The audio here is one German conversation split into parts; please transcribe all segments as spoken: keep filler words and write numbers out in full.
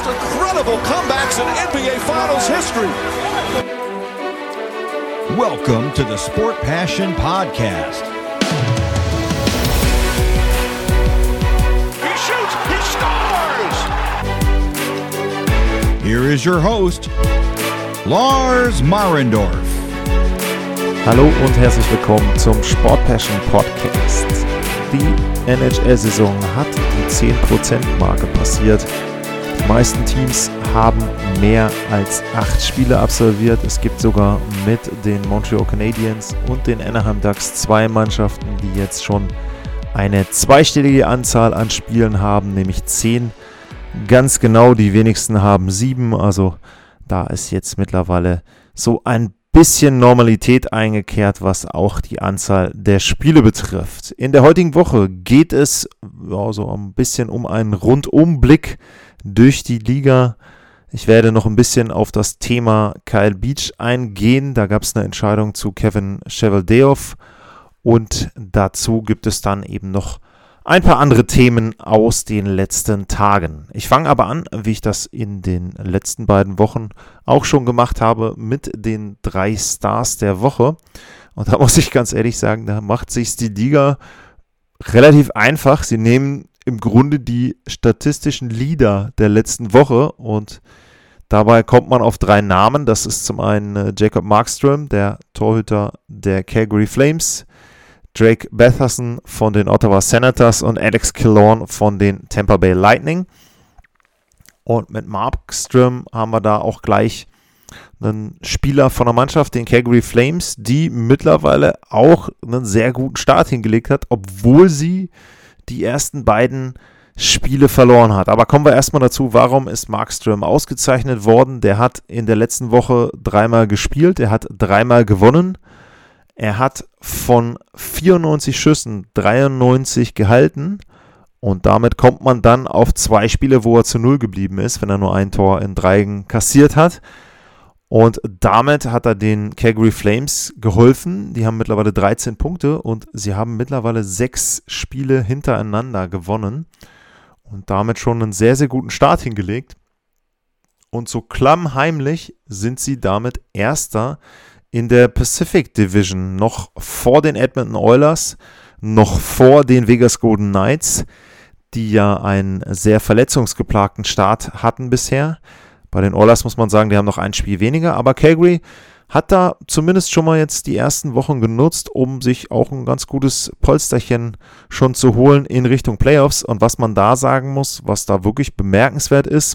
most incredible comebacks in N B A Finals history. Welcome to the Sport Passion Podcast. He shoots, he scores! Here is your host, Lars Marendorf. Hallo und herzlich willkommen zum Sport Passion Podcast. Die N H L-Saison hat die zehn Prozent Marke passiert. Die meisten Teams haben mehr als acht Spiele absolviert. Es gibt sogar mit den Montreal Canadiens und den Anaheim Ducks zwei Mannschaften, die jetzt schon eine zweistellige Anzahl an Spielen haben, nämlich zehn. Ganz genau, die wenigsten haben sieben. Also da ist jetzt mittlerweile so ein bisschen Normalität eingekehrt, was auch die Anzahl der Spiele betrifft. In der heutigen Woche geht es ja, so ein bisschen um einen Rundumblick durch die Liga. Ich werde noch ein bisschen auf das Thema Kyle Beach eingehen. Da gab es eine Entscheidung zu Kevin Cheveldayoff und dazu gibt es dann eben noch ein paar andere Themen aus den letzten Tagen. Ich fange aber an, wie ich das in den letzten beiden Wochen auch schon gemacht habe, mit den drei Stars der Woche. Und da muss ich ganz ehrlich sagen, da macht sich die Liga relativ einfach. Sie nehmen im Grunde die statistischen Leader der letzten Woche und dabei kommt man auf drei Namen. Das ist zum einen Jacob Markstrom, der Torhüter der Calgary Flames, Drake Batherson von den Ottawa Senators und Alex Killorn von den Tampa Bay Lightning. Und mit Markstrom haben wir da auch gleich einen Spieler von der Mannschaft, den Calgary Flames, die mittlerweile auch einen sehr guten Start hingelegt hat, obwohl sie die ersten beiden Spiele verloren hat. Aber kommen wir erstmal dazu, warum ist Markstrom ausgezeichnet worden? Der hat in der letzten Woche dreimal gespielt, er hat dreimal gewonnen. Er hat von vierundneunzig Schüssen dreiundneunzig gehalten und damit kommt man dann auf zwei Spiele, wo er zu null geblieben ist, wenn er nur ein Tor in drei kassiert hat. Und damit hat er den Calgary Flames geholfen. Die haben mittlerweile dreizehn Punkte und sie haben mittlerweile sechs Spiele hintereinander gewonnen und damit schon einen sehr, sehr guten Start hingelegt. Und so klammheimlich sind sie damit Erster in der Pacific Division, noch vor den Edmonton Oilers, noch vor den Vegas Golden Knights, die ja einen sehr verletzungsgeplagten Start hatten bisher. Bei den Oilers muss man sagen, die haben noch ein Spiel weniger, aber Calgary hat da zumindest schon mal jetzt die ersten Wochen genutzt, um sich auch ein ganz gutes Polsterchen schon zu holen in Richtung Playoffs. Und was man da sagen muss, was da wirklich bemerkenswert ist,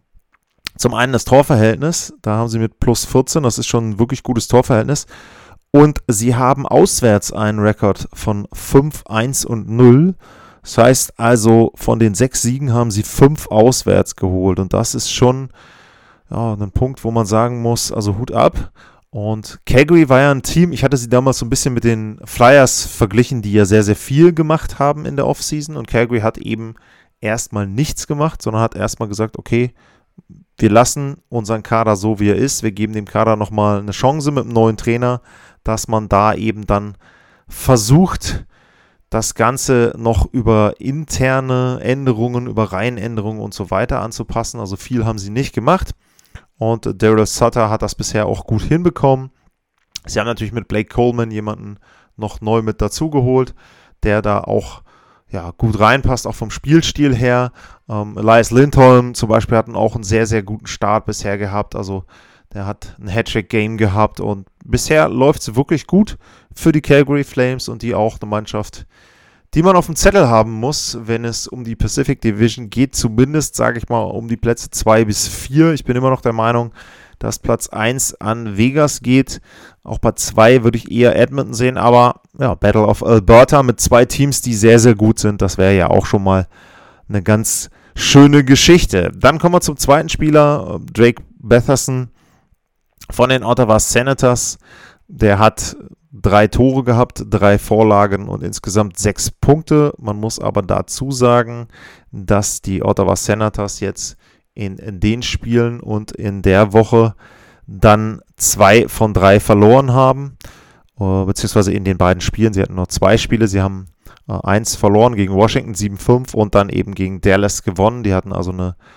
zum einen das Torverhältnis, da haben sie mit plus vierzehn, das ist schon ein wirklich gutes Torverhältnis. Und sie haben auswärts einen Rekord von fünf, eins und null. Das heißt also, von den sechs Siegen haben sie fünf auswärts geholt. Und das ist schon ja, ein Punkt, wo man sagen muss, also Hut ab. Und Calgary war ja ein Team, ich hatte sie damals so ein bisschen mit den Flyers verglichen, die ja sehr, sehr viel gemacht haben in der Offseason. Und Calgary hat eben erstmal nichts gemacht, sondern hat erstmal gesagt, okay, wir lassen unseren Kader so, wie er ist. Wir geben dem Kader nochmal eine Chance mit einem neuen Trainer, dass man da eben dann versucht, das Ganze noch über interne Änderungen, über Reihenänderungen und so weiter anzupassen. Also viel haben sie nicht gemacht. Und Daryl Sutter hat das bisher auch gut hinbekommen. Sie haben natürlich mit Blake Coleman jemanden noch neu mit dazugeholt, der da auch ja, gut reinpasst, auch vom Spielstil her. Ähm, Elias Lindholm zum Beispiel hat auch einen sehr, sehr guten Start bisher gehabt. Also der hat ein Hattrick-Game gehabt und bisher läuft es wirklich gut für die Calgary Flames und die auch eine Mannschaft, die man auf dem Zettel haben muss, wenn es um die Pacific Division geht. Zumindest, sage ich mal, um die Plätze zwei bis vier. Ich bin immer noch der Meinung, dass Platz eins an Vegas geht. Auch bei zwei würde ich eher Edmonton sehen, aber ja, Battle of Alberta mit zwei Teams, die sehr, sehr gut sind, das wäre ja auch schon mal eine ganz schöne Geschichte. Dann kommen wir zum zweiten Spieler, Drake Batherson von den Ottawa Senators. Der hat drei Tore gehabt, drei Vorlagen und insgesamt sechs Punkte. Man muss aber dazu sagen, dass die Ottawa Senators jetzt in, in den Spielen und in der Woche dann zwei von drei verloren haben, äh, beziehungsweise in den beiden Spielen. Sie hatten nur zwei Spiele, sie haben äh, eins verloren gegen Washington, sieben fünf und dann eben gegen Dallas gewonnen. Die hatten also eine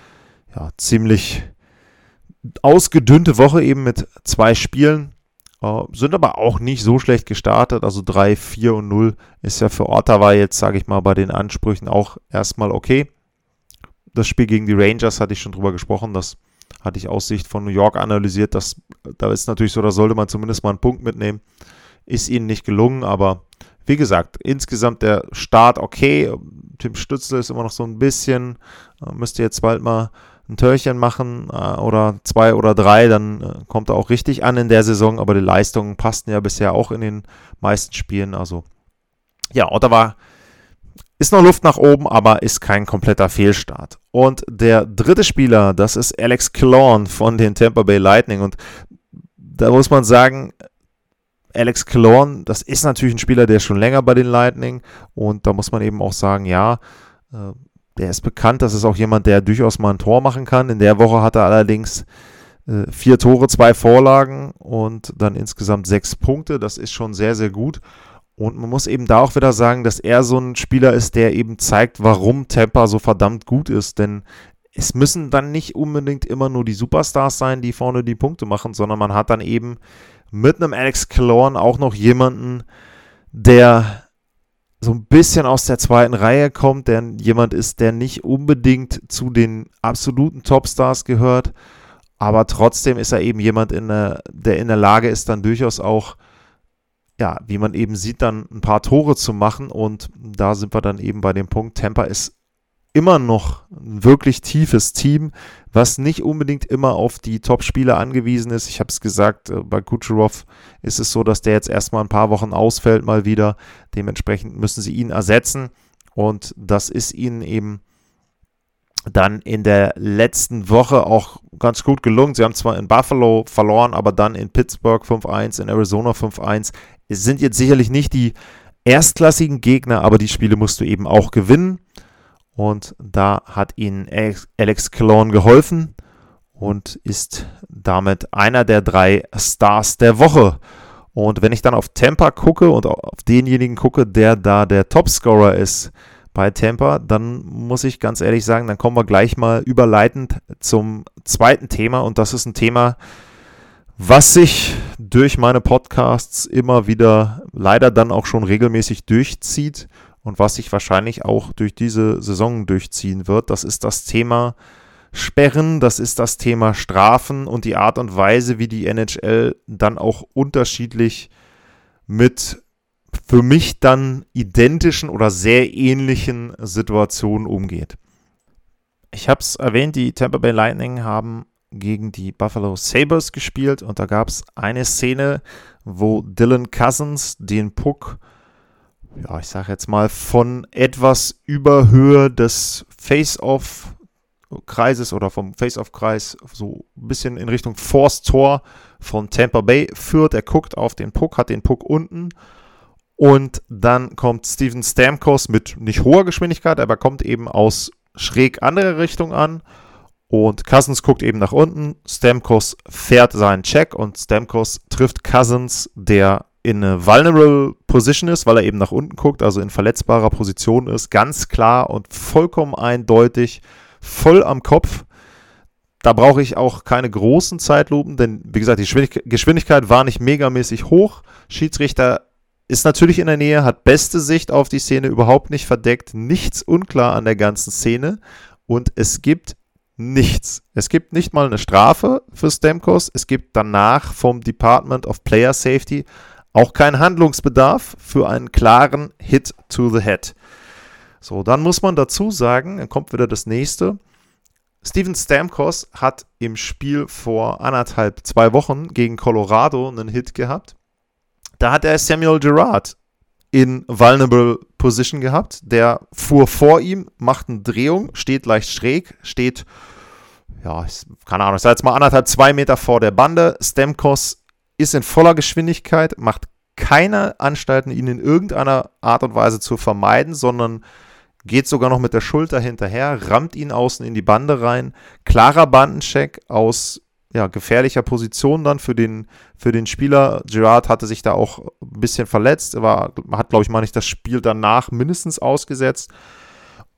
ja, ziemlich ausgedünnte Woche eben mit zwei Spielen. Uh, sind aber auch nicht so schlecht gestartet, also drei, vier und null ist ja für Ottawa jetzt, sage ich mal, bei den Ansprüchen auch erstmal okay. Das Spiel gegen die Rangers hatte ich schon drüber gesprochen, das hatte ich aus Sicht von New York analysiert, das, da ist natürlich so, da sollte man zumindest mal einen Punkt mitnehmen. Ist ihnen nicht gelungen, aber wie gesagt, insgesamt der Start okay. Tim Stützle ist immer noch so ein bisschen, uh, müsste jetzt bald mal ein Törchen machen äh, oder zwei oder drei, dann äh, kommt er auch richtig an in der Saison, aber die Leistungen passten ja bisher auch in den meisten Spielen, also ja, Ottawa ist noch Luft nach oben, aber ist kein kompletter Fehlstart. Und der dritte Spieler, das ist Alex Killorn von den Tampa Bay Lightning und da muss man sagen, Alex Killorn, das ist natürlich ein Spieler, der ist schon länger bei den Lightning und da muss man eben auch sagen, ja, äh, der ist bekannt, das ist auch jemand, der durchaus mal ein Tor machen kann. In der Woche hat er allerdings äh, vier Tore, zwei Vorlagen und dann insgesamt sechs Punkte. Das ist schon sehr, sehr gut. Und man muss eben da auch wieder sagen, dass er so ein Spieler ist, der eben zeigt, warum Tampa so verdammt gut ist. Denn es müssen dann nicht unbedingt immer nur die Superstars sein, die vorne die Punkte machen, sondern man hat dann eben mit einem Alex Killorn auch noch jemanden, der so ein bisschen aus der zweiten Reihe kommt, der jemand ist, der nicht unbedingt zu den absoluten Topstars gehört, aber trotzdem ist er eben jemand, in der, der in der Lage ist, dann durchaus auch, ja, wie man eben sieht, dann ein paar Tore zu machen und da sind wir dann eben bei dem Punkt, Tampa ist immer noch ein wirklich tiefes Team, was nicht unbedingt immer auf die Top-Spieler angewiesen ist. Ich habe es gesagt, bei Kucherov ist es so, dass der jetzt erstmal ein paar Wochen ausfällt mal wieder. Dementsprechend müssen sie ihn ersetzen und das ist ihnen eben dann in der letzten Woche auch ganz gut gelungen. Sie haben zwar in Buffalo verloren, aber dann in Pittsburgh fünf eins, in Arizona fünf eins. Es sind jetzt sicherlich nicht die erstklassigen Gegner, aber die Spiele musst du eben auch gewinnen. Und da hat ihnen Alex Killorn geholfen und ist damit einer der drei Stars der Woche. Und wenn ich dann auf Tampa gucke und auf denjenigen gucke, der da der Topscorer ist bei Tampa, dann muss ich ganz ehrlich sagen, dann kommen wir gleich mal überleitend zum zweiten Thema. Und das ist ein Thema, was sich durch meine Podcasts immer wieder leider dann auch schon regelmäßig durchzieht. Und was sich wahrscheinlich auch durch diese Saison durchziehen wird, das ist das Thema Sperren, das ist das Thema Strafen und die Art und Weise, wie die N H L dann auch unterschiedlich mit für mich dann identischen oder sehr ähnlichen Situationen umgeht. Ich habe es erwähnt, die Tampa Bay Lightning haben gegen die Buffalo Sabres gespielt und da gab es eine Szene, wo Dylan Cousins den Puck, ja, ich sage jetzt mal, von etwas über Höhe des Face-Off-Kreises oder vom Face-Off-Kreis so ein bisschen in Richtung Force-Tor von Tampa Bay führt. Er guckt auf den Puck, hat den Puck unten und dann kommt Steven Stamkos mit nicht hoher Geschwindigkeit, aber kommt eben aus schräg andere Richtung an und Cousins guckt eben nach unten. Stamkos fährt seinen Check und Stamkos trifft Cousins, der in eine vulnerable Position ist, weil er eben nach unten guckt, also in verletzbarer Position ist, ganz klar und vollkommen eindeutig, voll am Kopf. Da brauche ich auch keine großen Zeitlupen, denn wie gesagt, die Geschwindigkeit war nicht megamäßig hoch. Schiedsrichter ist natürlich in der Nähe, hat beste Sicht auf die Szene, überhaupt nicht verdeckt, nichts unklar an der ganzen Szene und es gibt nichts. Es gibt nicht mal eine Strafe für Stamkos, es gibt danach vom Department of Player Safety auch kein Handlungsbedarf für einen klaren Hit to the Head. So, dann muss man dazu sagen, dann kommt wieder das nächste. Steven Stamkos hat im Spiel vor anderthalb, zwei Wochen gegen Colorado einen Hit gehabt. Da hat er Samuel Girard in vulnerable Position gehabt. Der fuhr vor ihm, macht eine Drehung, steht leicht schräg, steht, ja, keine Ahnung, ich sage jetzt mal anderthalb, zwei Meter vor der Bande. Stamkos ist in voller Geschwindigkeit, macht keine Anstalten, ihn in irgendeiner Art und Weise zu vermeiden, sondern geht sogar noch mit der Schulter hinterher, rammt ihn außen in die Bande rein. Klarer Bandencheck aus ja, gefährlicher Position dann für den, für den Spieler. Girard hatte sich da auch ein bisschen verletzt, war, hat, glaube ich, mal nicht das Spiel danach mindestens ausgesetzt.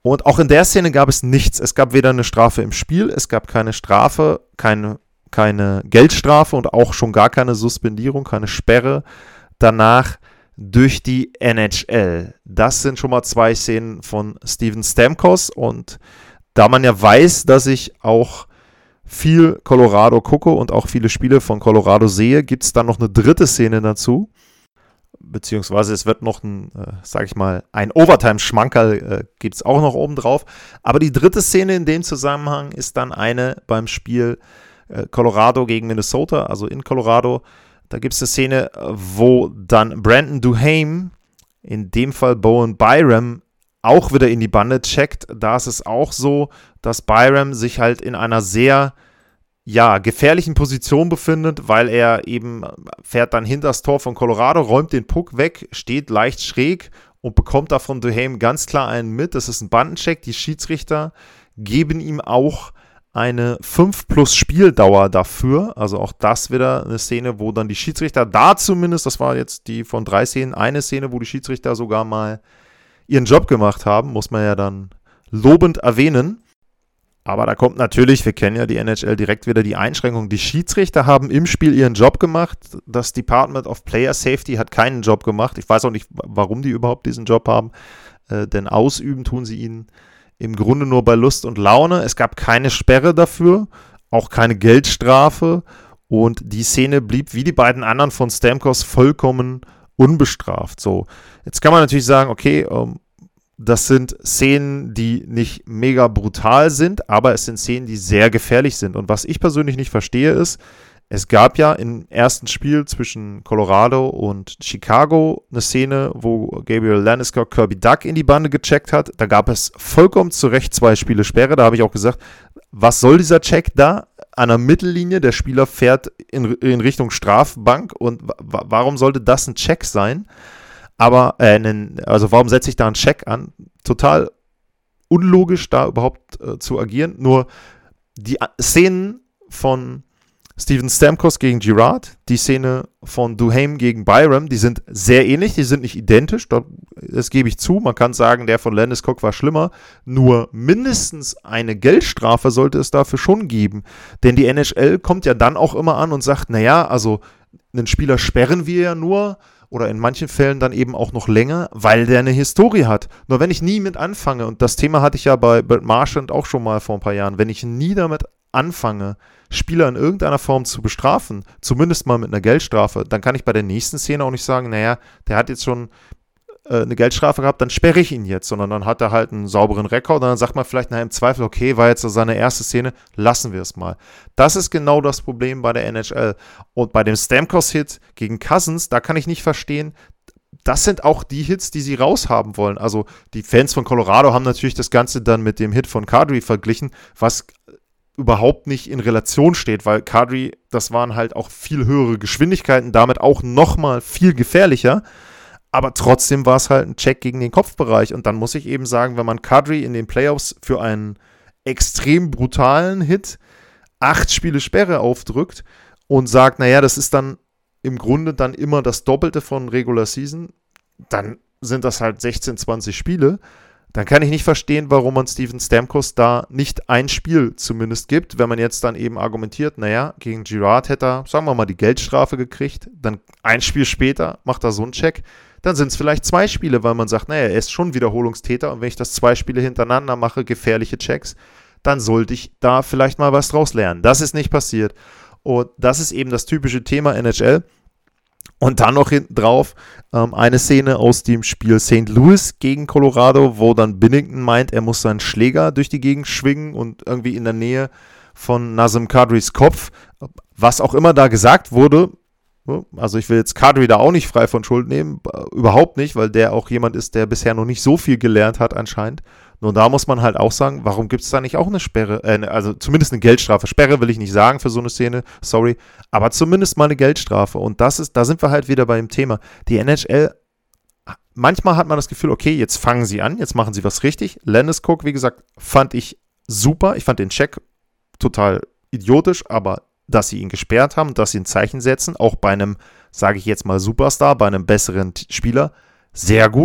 Und auch in der Szene gab es nichts. Es gab weder eine Strafe im Spiel, es gab keine Strafe, keine, keine Geldstrafe und auch schon gar keine Suspendierung, keine Sperre danach durch die N H L. Das sind schon mal zwei Szenen von Steven Stamkos. Und da man ja weiß, dass ich auch viel Colorado gucke und auch viele Spiele von Colorado sehe, gibt es dann noch eine dritte Szene dazu. Beziehungsweise es wird noch ein, äh, sag ich mal, ein Overtime-Schmankerl äh, gibt es auch noch oben drauf. Aber die dritte Szene in dem Zusammenhang ist dann eine beim Spiel äh, Colorado gegen Minnesota, also in Colorado. Da gibt es eine Szene, wo dann Brandon Duhaime, in dem Fall Bowen Byram, auch wieder in die Bande checkt. Da ist es auch so, dass Byram sich halt in einer sehr ja, gefährlichen Position befindet, weil er eben fährt dann hinter das Tor von Colorado, räumt den Puck weg, steht leicht schräg und bekommt da von Duhaime ganz klar einen mit. Das ist ein Bandencheck. Die Schiedsrichter geben ihm auch eine fünf plus Spieldauer dafür. Also auch das wieder eine Szene, wo dann die Schiedsrichter da zumindest, das war jetzt die von drei Szenen, eine Szene, wo die Schiedsrichter sogar mal ihren Job gemacht haben, muss man ja dann lobend erwähnen. Aber da kommt natürlich, wir kennen ja die N H L, direkt wieder die Einschränkung. Die Schiedsrichter haben im Spiel ihren Job gemacht. Das Department of Player Safety hat keinen Job gemacht. Ich weiß auch nicht, warum die überhaupt diesen Job haben, äh, denn ausüben tun sie ihn im Grunde nur bei Lust und Laune. Es gab keine Sperre dafür, auch keine Geldstrafe und die Szene blieb wie die beiden anderen von Stamkos vollkommen unbestraft. So, jetzt kann man natürlich sagen, okay, ähm, das sind Szenen, die nicht mega brutal sind, aber es sind Szenen, die sehr gefährlich sind. Und was ich persönlich nicht verstehe ist, es gab ja im ersten Spiel zwischen Colorado und Chicago eine Szene, wo Gabriel Landeskog Kirby Dach in die Bande gecheckt hat. Da gab es vollkommen zu Recht zwei Spiele Sperre. Da habe ich auch gesagt, was soll dieser Check da? An der Mittellinie, der Spieler fährt in, in Richtung Strafbank und w- warum sollte das ein Check sein? Aber, äh, also warum setze ich da einen Check an? Total unlogisch, da überhaupt äh, zu agieren. Nur die Szenen von Steven Stamkos gegen Girard, die Szene von Duhaime gegen Byram, die sind sehr ähnlich, die sind nicht identisch, das gebe ich zu. Man kann sagen, der von Landeskog war schlimmer, nur mindestens eine Geldstrafe sollte es dafür schon geben. Denn die N H L kommt ja dann auch immer an und sagt, naja, also einen Spieler sperren wir ja nur, oder in manchen Fällen dann eben auch noch länger, weil der eine Historie hat. Nur wenn ich nie mit anfange, und das Thema hatte ich ja bei Brad Marchand auch schon mal vor ein paar Jahren, wenn ich nie damit anfange, Spieler in irgendeiner Form zu bestrafen, zumindest mal mit einer Geldstrafe, dann kann ich bei der nächsten Szene auch nicht sagen, naja, der hat jetzt schon äh, eine Geldstrafe gehabt, dann sperre ich ihn jetzt, sondern dann hat er halt einen sauberen Rekord und dann sagt man vielleicht, naja, im Zweifel, okay, war jetzt seine erste Szene, lassen wir es mal. Das ist genau das Problem bei der N H L. Und bei dem Stamkos-Hit gegen Cousins, da kann ich nicht verstehen, das sind auch die Hits, die sie raushaben wollen. Also die Fans von Colorado haben natürlich das Ganze dann mit dem Hit von Kadri verglichen, was überhaupt nicht in Relation steht, weil Kadri, das waren halt auch viel höhere Geschwindigkeiten, damit auch nochmal viel gefährlicher, aber trotzdem war es halt ein Check gegen den Kopfbereich und dann muss ich eben sagen, wenn man Kadri in den Playoffs für einen extrem brutalen Hit acht Spiele Sperre aufdrückt und sagt, naja, das ist dann im Grunde dann immer das Doppelte von Regular Season, dann sind das halt sechzehn, zwanzig Spiele. Dann kann ich nicht verstehen, warum man Steven Stamkos da nicht ein Spiel zumindest gibt, wenn man jetzt dann eben argumentiert, naja, gegen Girard hätte er, sagen wir mal, die Geldstrafe gekriegt, dann ein Spiel später macht er so einen Check, dann sind es vielleicht zwei Spiele, weil man sagt, naja, er ist schon Wiederholungstäter und wenn ich das zwei Spiele hintereinander mache, gefährliche Checks, dann sollte ich da vielleicht mal was draus lernen. Das ist nicht passiert und das ist eben das typische Thema N H L. Und dann noch hinten drauf ähm, eine Szene aus dem Spiel Saint Louis gegen Colorado, wo dann Binnington meint, er muss seinen Schläger durch die Gegend schwingen und irgendwie in der Nähe von Nazem Kadris Kopf, was auch immer da gesagt wurde. Also ich will jetzt Kadri da auch nicht frei von Schuld nehmen, überhaupt nicht, weil der auch jemand ist, der bisher noch nicht so viel gelernt hat anscheinend. Nur da muss man halt auch sagen, warum gibt es da nicht auch eine Sperre, äh, also zumindest eine Geldstrafe. Sperre will ich nicht sagen für so eine Szene, sorry, aber zumindest mal eine Geldstrafe. Und das ist, da sind wir halt wieder bei dem Thema. Die N H L, manchmal hat man das Gefühl, okay, jetzt fangen sie an, jetzt machen sie was richtig. Landeskog, wie gesagt, fand ich super. Ich fand den Check total idiotisch, aber dass sie ihn gesperrt haben, dass sie ein Zeichen setzen, auch bei einem, sage ich jetzt mal, Superstar, bei einem besseren Spieler, sehr gut.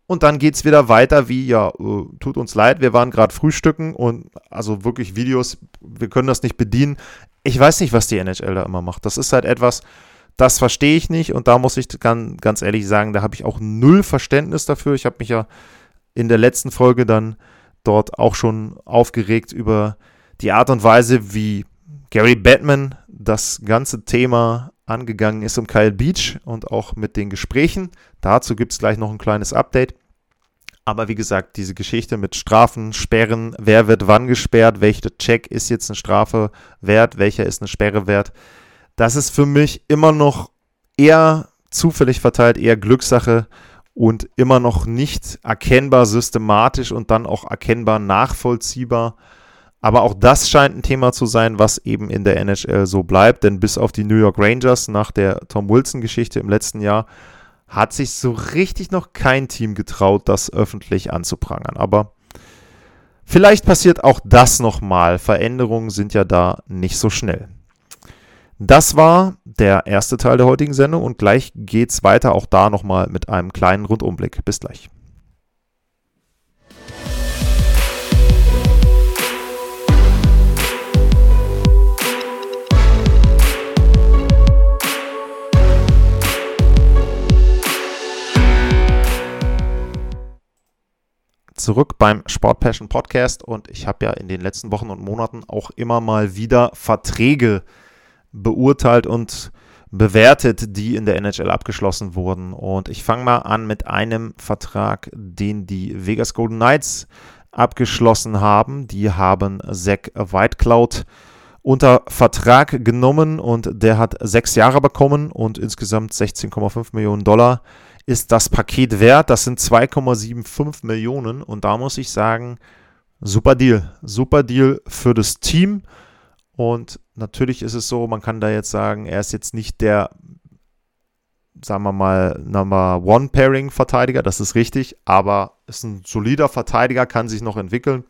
Und dann geht es wieder weiter wie, ja, äh, tut uns leid, wir waren gerade frühstücken und also wirklich Videos, wir können das nicht bedienen. Ich weiß nicht, was die N H L da immer macht. Das ist halt etwas, das verstehe ich nicht und da muss ich ganz, ganz ehrlich sagen, da habe ich auch null Verständnis dafür. Ich habe mich ja in der letzten Folge dann dort auch schon aufgeregt über die Art und Weise, wie Gary Bettman das ganze Thema angegangen ist um Kyle Beach und auch mit den Gesprächen. Dazu gibt es gleich noch ein kleines Update. Aber wie gesagt, diese Geschichte mit Strafen, Sperren, wer wird wann gesperrt, welcher Check ist jetzt eine Strafe wert, welcher ist eine Sperre wert, das ist für mich immer noch eher zufällig verteilt, eher Glückssache und immer noch nicht erkennbar systematisch und dann auch erkennbar nachvollziehbar. Aber auch das scheint ein Thema zu sein, was eben in der N H L so bleibt, denn bis auf die New York Rangers nach der Tom Wilson-Geschichte im letzten Jahr hat sich so richtig noch kein Team getraut, das öffentlich anzuprangern. Aber vielleicht passiert auch das nochmal. Veränderungen sind ja da nicht so schnell. Das war der erste Teil der heutigen Sendung und gleich geht's weiter, auch da nochmal mit einem kleinen Rundumblick. Bis gleich. Zurück beim Sport Passion Podcast und ich habe ja in den letzten Wochen und Monaten auch immer mal wieder Verträge beurteilt und bewertet, die in der N H L abgeschlossen wurden. Und ich fange mal an mit einem Vertrag, den die Vegas Golden Knights abgeschlossen haben. Die haben Zach Whitecloud unter Vertrag genommen und der hat sechs Jahre bekommen und insgesamt sechzehn Komma fünf Millionen Dollar ist das Paket wert. Das sind zwei Komma fünfundsiebzig Millionen und da muss ich sagen, super Deal. Super Deal für das Team und natürlich ist es so, man kann da jetzt sagen, er ist jetzt nicht der, sagen wir mal, Number One Pairing Verteidiger, das ist richtig, aber ist ein solider Verteidiger, kann sich noch entwickeln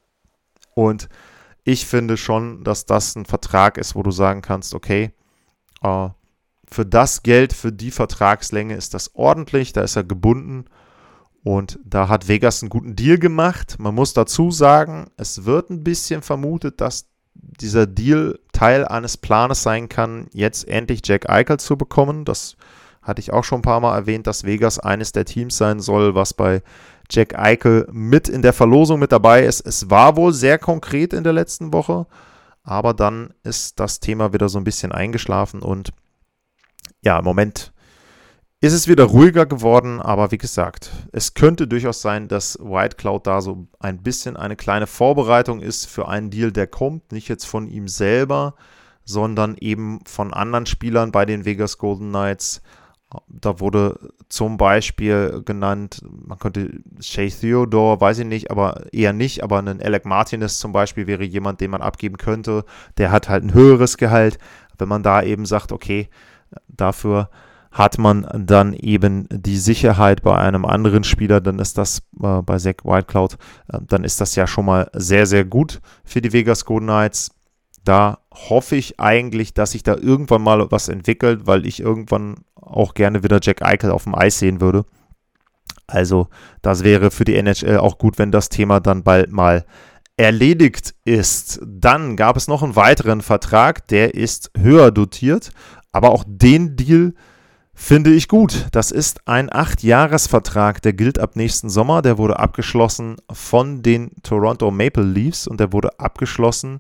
und ich finde schon, dass das ein Vertrag ist, wo du sagen kannst, okay, äh, für das Geld, für die Vertragslänge ist das ordentlich, da ist er gebunden und da hat Vegas einen guten Deal gemacht. Man muss dazu sagen, es wird ein bisschen vermutet, dass dieser Deal Teil eines Planes sein kann, jetzt endlich Jack Eichel zu bekommen. Das hatte ich auch schon ein paar Mal erwähnt, dass Vegas eines der Teams sein soll, was bei Jack Eichel mit in der Verlosung mit dabei ist. Es war wohl sehr konkret in der letzten Woche, aber dann ist das Thema wieder so ein bisschen eingeschlafen und ja, im Moment ist es wieder ruhiger geworden, aber wie gesagt, es könnte durchaus sein, dass Whitecloud da so ein bisschen eine kleine Vorbereitung ist für einen Deal, der kommt, nicht jetzt von ihm selber, sondern eben von anderen Spielern bei den Vegas Golden Knights. Da wurde zum Beispiel genannt, man könnte Shea Theodore, weiß ich nicht, aber eher nicht, aber ein Alec Martinez zum Beispiel wäre jemand, den man abgeben könnte, der hat halt ein höheres Gehalt, wenn man da eben sagt, okay, dafür hat man dann eben die Sicherheit bei einem anderen Spieler, dann ist das äh, bei Zach Whitecloud, äh, dann ist das ja schon mal sehr, sehr gut für die Vegas Golden Knights. Da hoffe ich eigentlich, dass sich da irgendwann mal was entwickelt, weil ich irgendwann auch gerne wieder Jack Eichel auf dem Eis sehen würde. Also das wäre für die N H L auch gut, wenn das Thema dann bald mal erledigt ist. Dann gab es noch einen weiteren Vertrag, der ist höher dotiert, aber auch den Deal finde ich gut. Das ist ein acht-Jahres-Vertrag, der gilt ab nächsten Sommer. Der wurde abgeschlossen von den Toronto Maple Leafs und der wurde abgeschlossen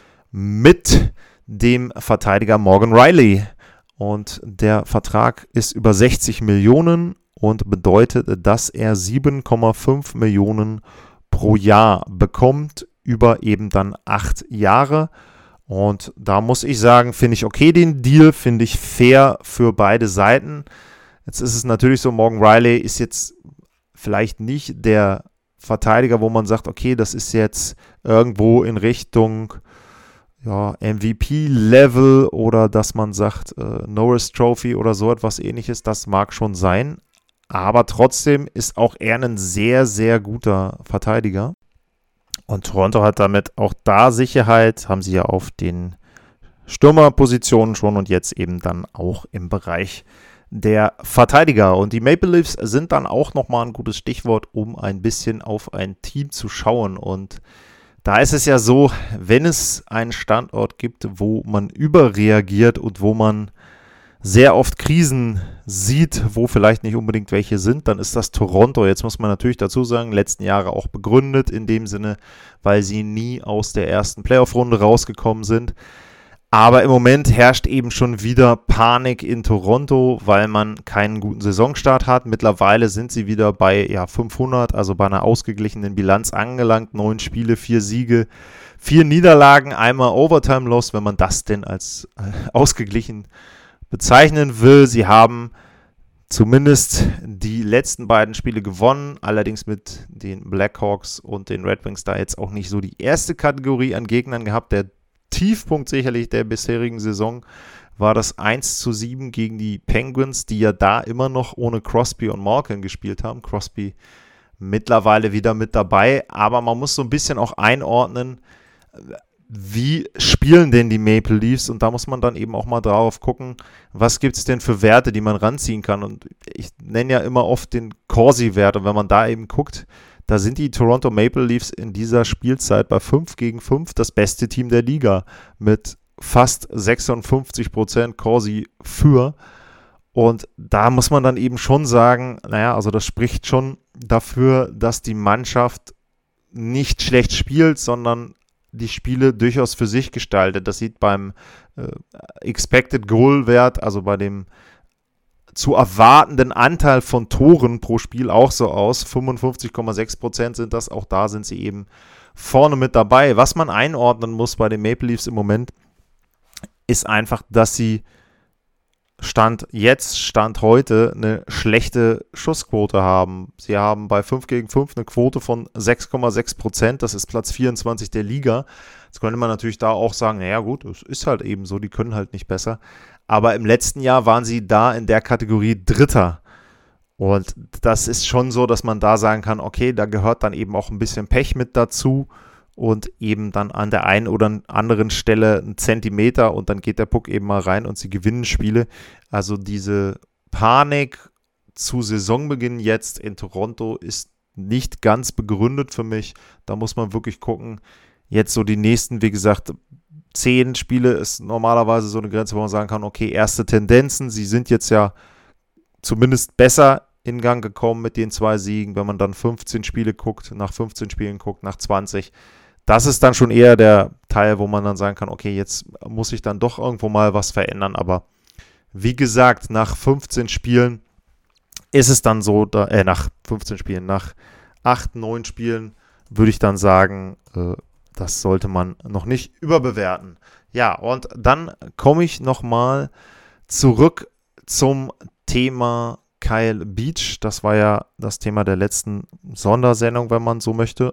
mit dem Verteidiger Morgan Rielly. Und der Vertrag ist über sechzig Millionen und bedeutet, dass er sieben Komma fünf Millionen pro Jahr bekommt, über eben dann acht Jahre. Und da muss ich sagen, finde ich okay den Deal, finde ich fair für beide Seiten. Jetzt ist es natürlich so, Morgan Rielly ist jetzt vielleicht nicht der Verteidiger, wo man sagt, okay, das ist jetzt irgendwo in Richtung ja, M V P-Level oder dass man sagt, äh, Norris Trophy oder so etwas ähnliches, das mag schon sein. Aber trotzdem ist auch er ein sehr, sehr guter Verteidiger. Und Toronto hat damit auch da Sicherheit, haben sie ja auf den Stürmerpositionen schon und jetzt eben dann auch im Bereich der Verteidiger. Und die Maple Leafs sind dann auch nochmal ein gutes Stichwort, um ein bisschen auf ein Team zu schauen. Und da ist es ja so, wenn es einen Standort gibt, wo man überreagiert und wo man sehr oft Krisen sieht, wo vielleicht nicht unbedingt welche sind, dann ist das Toronto. Jetzt muss man natürlich dazu sagen, letzten Jahre auch begründet in dem Sinne, weil sie nie aus der ersten Playoff-Runde rausgekommen sind. Aber im Moment herrscht eben schon wieder Panik in Toronto, weil man keinen guten Saisonstart hat. Mittlerweile sind sie wieder bei ja, fünfhundert, also bei einer ausgeglichenen Bilanz angelangt. Neun Spiele, vier Siege, vier Niederlagen, einmal Overtime-Loss, wenn man das denn als äh, ausgeglichen bezeichnen will. Sie haben zumindest die letzten beiden Spiele gewonnen, allerdings mit den Blackhawks und den Red Wings da jetzt auch nicht so die erste Kategorie an Gegnern gehabt. Der Tiefpunkt sicherlich der bisherigen Saison war das eins zu sieben gegen die Penguins, die ja da immer noch ohne Crosby und Malkin gespielt haben. Crosby mittlerweile wieder mit dabei, aber man muss so ein bisschen auch einordnen, wie spielen denn die Maple Leafs? Und da muss man dann eben auch mal drauf gucken, was gibt es denn für Werte, die man ranziehen kann. Und ich nenne ja immer oft den Corsi-Wert. Und wenn man da eben guckt, da sind die Toronto Maple Leafs in dieser Spielzeit bei fünf gegen fünf das beste Team der Liga mit fast sechsundfünfzig Prozent Corsi für. Und da muss man dann eben schon sagen, naja, also das spricht schon dafür, dass die Mannschaft nicht schlecht spielt, sondern die Spiele durchaus für sich gestaltet. Das sieht beim äh, Expected Goal Wert, also bei dem zu erwartenden Anteil von Toren pro Spiel auch so aus. fünfundfünfzig Komma sechs Prozent sind das. Auch da sind sie eben vorne mit dabei. Was man einordnen muss bei den Maple Leafs im Moment, ist einfach, dass sie Stand jetzt, Stand heute, eine schlechte Schussquote haben. Sie haben bei fünf gegen fünf eine Quote von sechs Komma sechs Prozent. Das ist Platz vierundzwanzig der Liga. Jetzt könnte man natürlich da auch sagen, naja gut, es ist halt eben so, die können halt nicht besser. Aber im letzten Jahr waren sie da in der Kategorie Dritter. Und das ist schon so, dass man da sagen kann, okay, da gehört dann eben auch ein bisschen Pech mit dazu. Und eben dann an der einen oder anderen Stelle einen Zentimeter und dann geht der Puck eben mal rein und sie gewinnen Spiele. Also diese Panik zu Saisonbeginn jetzt in Toronto ist nicht ganz begründet für mich. Da muss man wirklich gucken. Jetzt so die nächsten, wie gesagt, zehn Spiele ist normalerweise so eine Grenze, wo man sagen kann, okay, erste Tendenzen. Sie sind jetzt ja zumindest besser in Gang gekommen mit den zwei Siegen. Wenn man dann fünfzehn Spiele guckt, nach fünfzehn Spielen guckt, nach zwanzig, das ist dann schon eher der Teil, wo man dann sagen kann, okay, jetzt muss ich dann doch irgendwo mal was verändern. Aber wie gesagt, nach fünfzehn Spielen ist es dann so, da, äh, nach fünfzehn Spielen, nach acht, neun Spielen würde ich dann sagen, äh, das sollte man noch nicht überbewerten. Ja, und dann komme ich nochmal zurück zum Thema Kyle Beach. Das war ja das Thema der letzten Sondersendung, wenn man so möchte.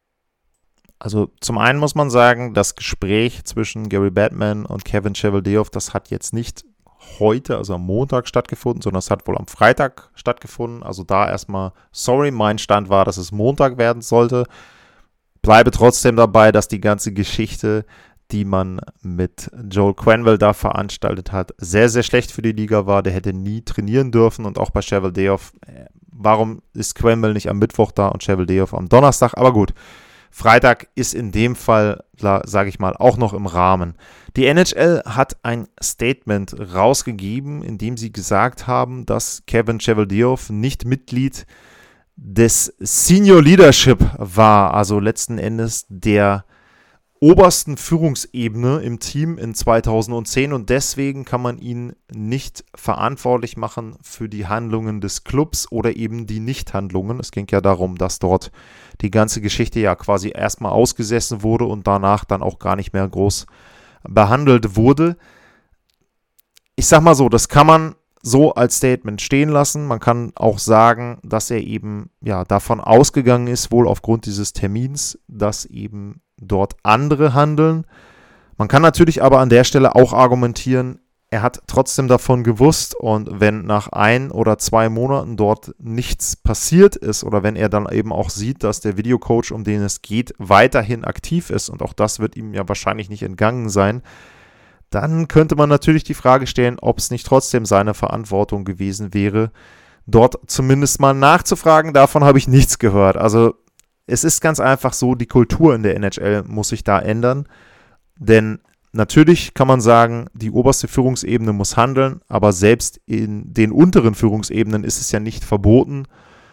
Also zum einen muss man sagen, das Gespräch zwischen Gary Bettman und Kevin Cheveldayoff, das hat jetzt nicht heute, also am Montag stattgefunden, sondern es hat wohl am Freitag stattgefunden. Also da erstmal, sorry, mein Stand war, dass es Montag werden sollte. Bleibe trotzdem dabei, dass die ganze Geschichte, die man mit Joel Quenneville da veranstaltet hat, sehr, sehr schlecht für die Liga war. Der hätte nie trainieren dürfen und auch bei Cheveldayoff, warum ist Quenneville nicht am Mittwoch da und Cheveldayoff am Donnerstag? Aber gut. Freitag ist in dem Fall, sage ich mal, auch noch im Rahmen. Die N H L hat ein Statement rausgegeben, in dem sie gesagt haben, dass Kevin Cheveldayoff nicht Mitglied des Senior Leadership war, also letzten Endes der obersten Führungsebene im Team in zweitausendzehn und deswegen kann man ihn nicht verantwortlich machen für die Handlungen des Clubs oder eben die Nichthandlungen. Es ging ja darum, dass dort die ganze Geschichte ja quasi erstmal ausgesessen wurde und danach dann auch gar nicht mehr groß behandelt wurde. Ich sag mal so, das kann man so als Statement stehen lassen. Man kann auch sagen, dass er eben ja davon ausgegangen ist, wohl aufgrund dieses Termins, dass eben dort andere handeln. Man kann natürlich aber an der Stelle auch argumentieren, er hat trotzdem davon gewusst und wenn nach ein oder zwei Monaten dort nichts passiert ist oder wenn er dann eben auch sieht, dass der Videocoach, um den es geht, weiterhin aktiv ist und auch das wird ihm ja wahrscheinlich nicht entgangen sein, dann könnte man natürlich die Frage stellen, ob es nicht trotzdem seine Verantwortung gewesen wäre, dort zumindest mal nachzufragen. Davon habe ich nichts gehört. Also es ist ganz einfach so, die Kultur in der N H L muss sich da ändern. Denn natürlich kann man sagen, die oberste Führungsebene muss handeln, aber selbst in den unteren Führungsebenen ist es ja nicht verboten,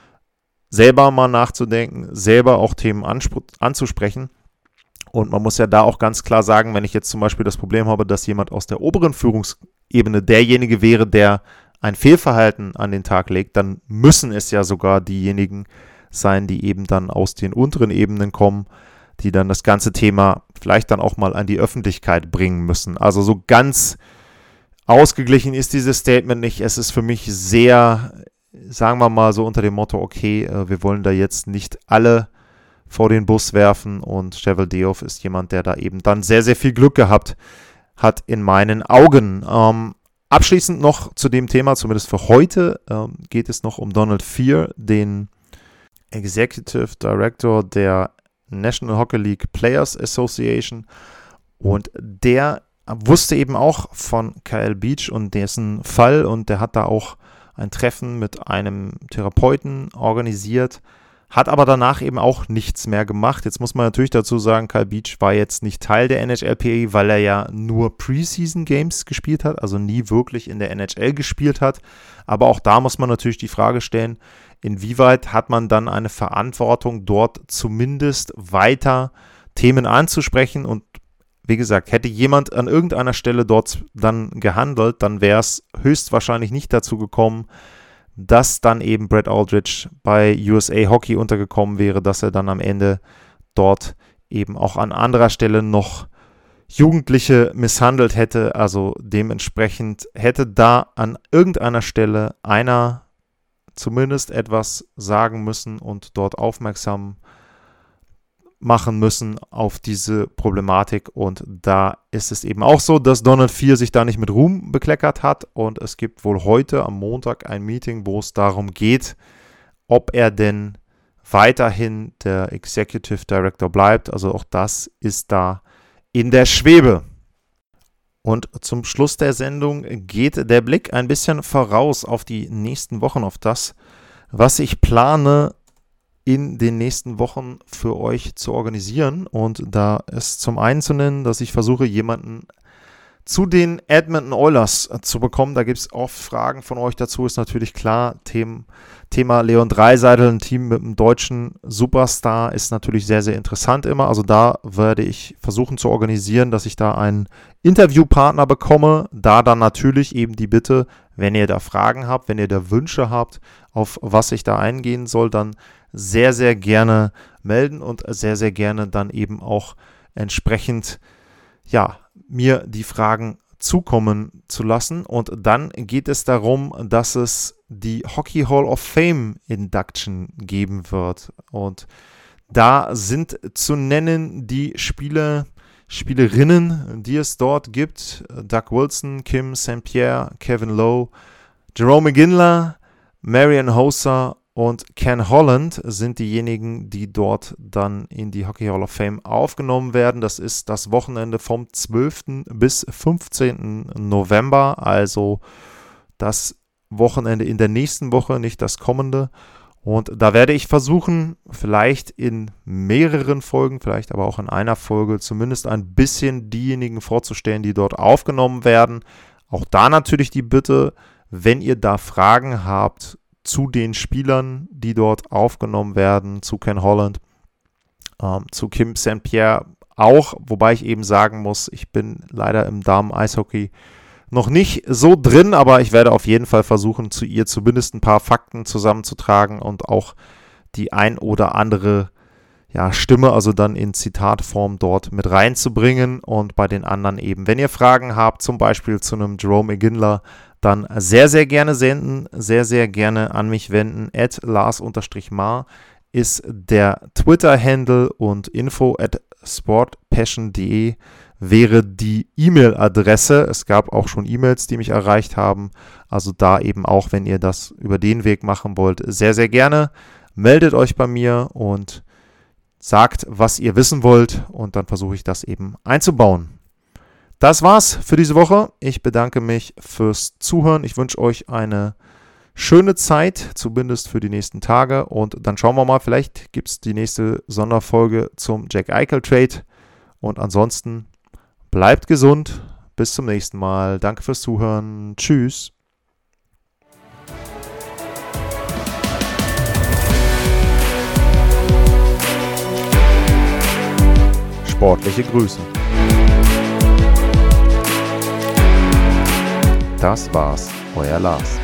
selber mal nachzudenken, selber auch Themen anspr- anzusprechen. Und man muss ja da auch ganz klar sagen, wenn ich jetzt zum Beispiel das Problem habe, dass jemand aus der oberen Führungsebene derjenige wäre, der ein Fehlverhalten an den Tag legt, dann müssen es ja sogar diejenigen sein, die eben dann aus den unteren Ebenen kommen, die dann das ganze Thema vielleicht dann auch mal an die Öffentlichkeit bringen müssen. Also so ganz ausgeglichen ist dieses Statement nicht. Es ist für mich sehr, sagen wir mal so unter dem Motto, okay, wir wollen da jetzt nicht alle vor den Bus werfen, und Cheveldayoff ist jemand, der da eben dann sehr, sehr viel Glück gehabt hat in meinen Augen. Ähm, abschließend noch zu dem Thema, zumindest für heute, ähm, geht es noch um Donald Fehr, den Executive Director der National Hockey League Players Association, und der wusste eben auch von Kyle Beach und dessen Fall, und der hat da auch ein Treffen mit einem Therapeuten organisiert, hat aber danach eben auch nichts mehr gemacht. Jetzt muss man natürlich dazu sagen, Kyle Beach war jetzt nicht Teil der N H L P A, weil er ja nur Preseason Games gespielt hat, also nie wirklich in der N H L gespielt hat. Aber auch da muss man natürlich die Frage stellen, inwieweit hat man dann eine Verantwortung, dort zumindest weiter Themen anzusprechen. Und wie gesagt, hätte jemand an irgendeiner Stelle dort dann gehandelt, dann wäre es höchstwahrscheinlich nicht dazu gekommen, dass dann eben Brett Aldridge bei U S A Hockey untergekommen wäre, dass er dann am Ende dort eben auch an anderer Stelle noch Jugendliche misshandelt hätte. Also dementsprechend hätte da an irgendeiner Stelle einer zumindest etwas sagen müssen und dort aufmerksam machen müssen auf diese Problematik. Und da ist es eben auch so, dass Donald Fehr sich da nicht mit Ruhm bekleckert hat, und es gibt wohl heute am Montag ein Meeting, wo es darum geht, ob er denn weiterhin der Executive Director bleibt. Also auch das ist da in der Schwebe. Und zum Schluss der Sendung geht der Blick ein bisschen voraus auf die nächsten Wochen, auf das, was ich plane in den nächsten Wochen für euch zu organisieren. Und da ist zum einen zu nennen, dass ich versuche, jemanden zu den Edmonton Oilers zu bekommen. Da gibt es oft Fragen von euch dazu, ist natürlich klar. Thema, Thema Leon Draisaitl, ein Team mit einem deutschen Superstar, ist natürlich sehr, sehr interessant immer. Also da werde ich versuchen zu organisieren, dass ich da einen Interviewpartner bekomme. Da dann natürlich eben die Bitte, wenn ihr da Fragen habt, wenn ihr da Wünsche habt, auf was ich da eingehen soll, dann sehr, sehr gerne melden und sehr, sehr gerne dann eben auch entsprechend, ja, mir die Fragen zukommen zu lassen. Und dann geht es darum, dass es die Hockey Hall of Fame Induction geben wird. Und da sind zu nennen die Spieler, Spielerinnen, die es dort gibt. Doug Wilson, Kim Saint-Pierre, Kevin Lowe, Jerome McGinley, Marian Hossa und Ken Holland sind diejenigen, die dort dann in die Hockey Hall of Fame aufgenommen werden. Das ist das Wochenende vom zwölften bis fünfzehnten November, also das Wochenende in der nächsten Woche, nicht das kommende. Und da werde ich versuchen, vielleicht in mehreren Folgen, vielleicht aber auch in einer Folge, zumindest ein bisschen diejenigen vorzustellen, die dort aufgenommen werden. Auch da natürlich die Bitte, wenn ihr da Fragen habt zu den Spielern, die dort aufgenommen werden, zu Ken Holland, ähm, zu Kim Saint-Pierre auch, wobei ich eben sagen muss, ich bin leider im Damen-Eishockey noch nicht so drin, aber ich werde auf jeden Fall versuchen, zu ihr zumindest ein paar Fakten zusammenzutragen und auch die ein oder andere ja, Stimme, also dann in Zitatform dort mit reinzubringen. Und bei den anderen eben, wenn ihr Fragen habt, zum Beispiel zu einem Jerome McGinley, dann sehr, sehr gerne senden, sehr, sehr gerne an mich wenden. at Lars-Mar ist der Twitter-Handle und info at sportpassion punkt de wäre die E-Mail-Adresse. Es gab auch schon E-Mails, die mich erreicht haben. Also da eben auch, wenn ihr das über den Weg machen wollt, sehr, sehr gerne. Meldet euch bei mir und sagt, was ihr wissen wollt, und dann versuche ich das eben einzubauen. Das war's für diese Woche. Ich bedanke mich fürs Zuhören. Ich wünsche euch eine schöne Zeit, zumindest für die nächsten Tage. Und dann schauen wir mal, vielleicht gibt es die nächste Sonderfolge zum Jack Eichel Trade. Und ansonsten bleibt gesund. Bis zum nächsten Mal. Danke fürs Zuhören. Tschüss. Sportliche Grüße. Das war's, euer Lars.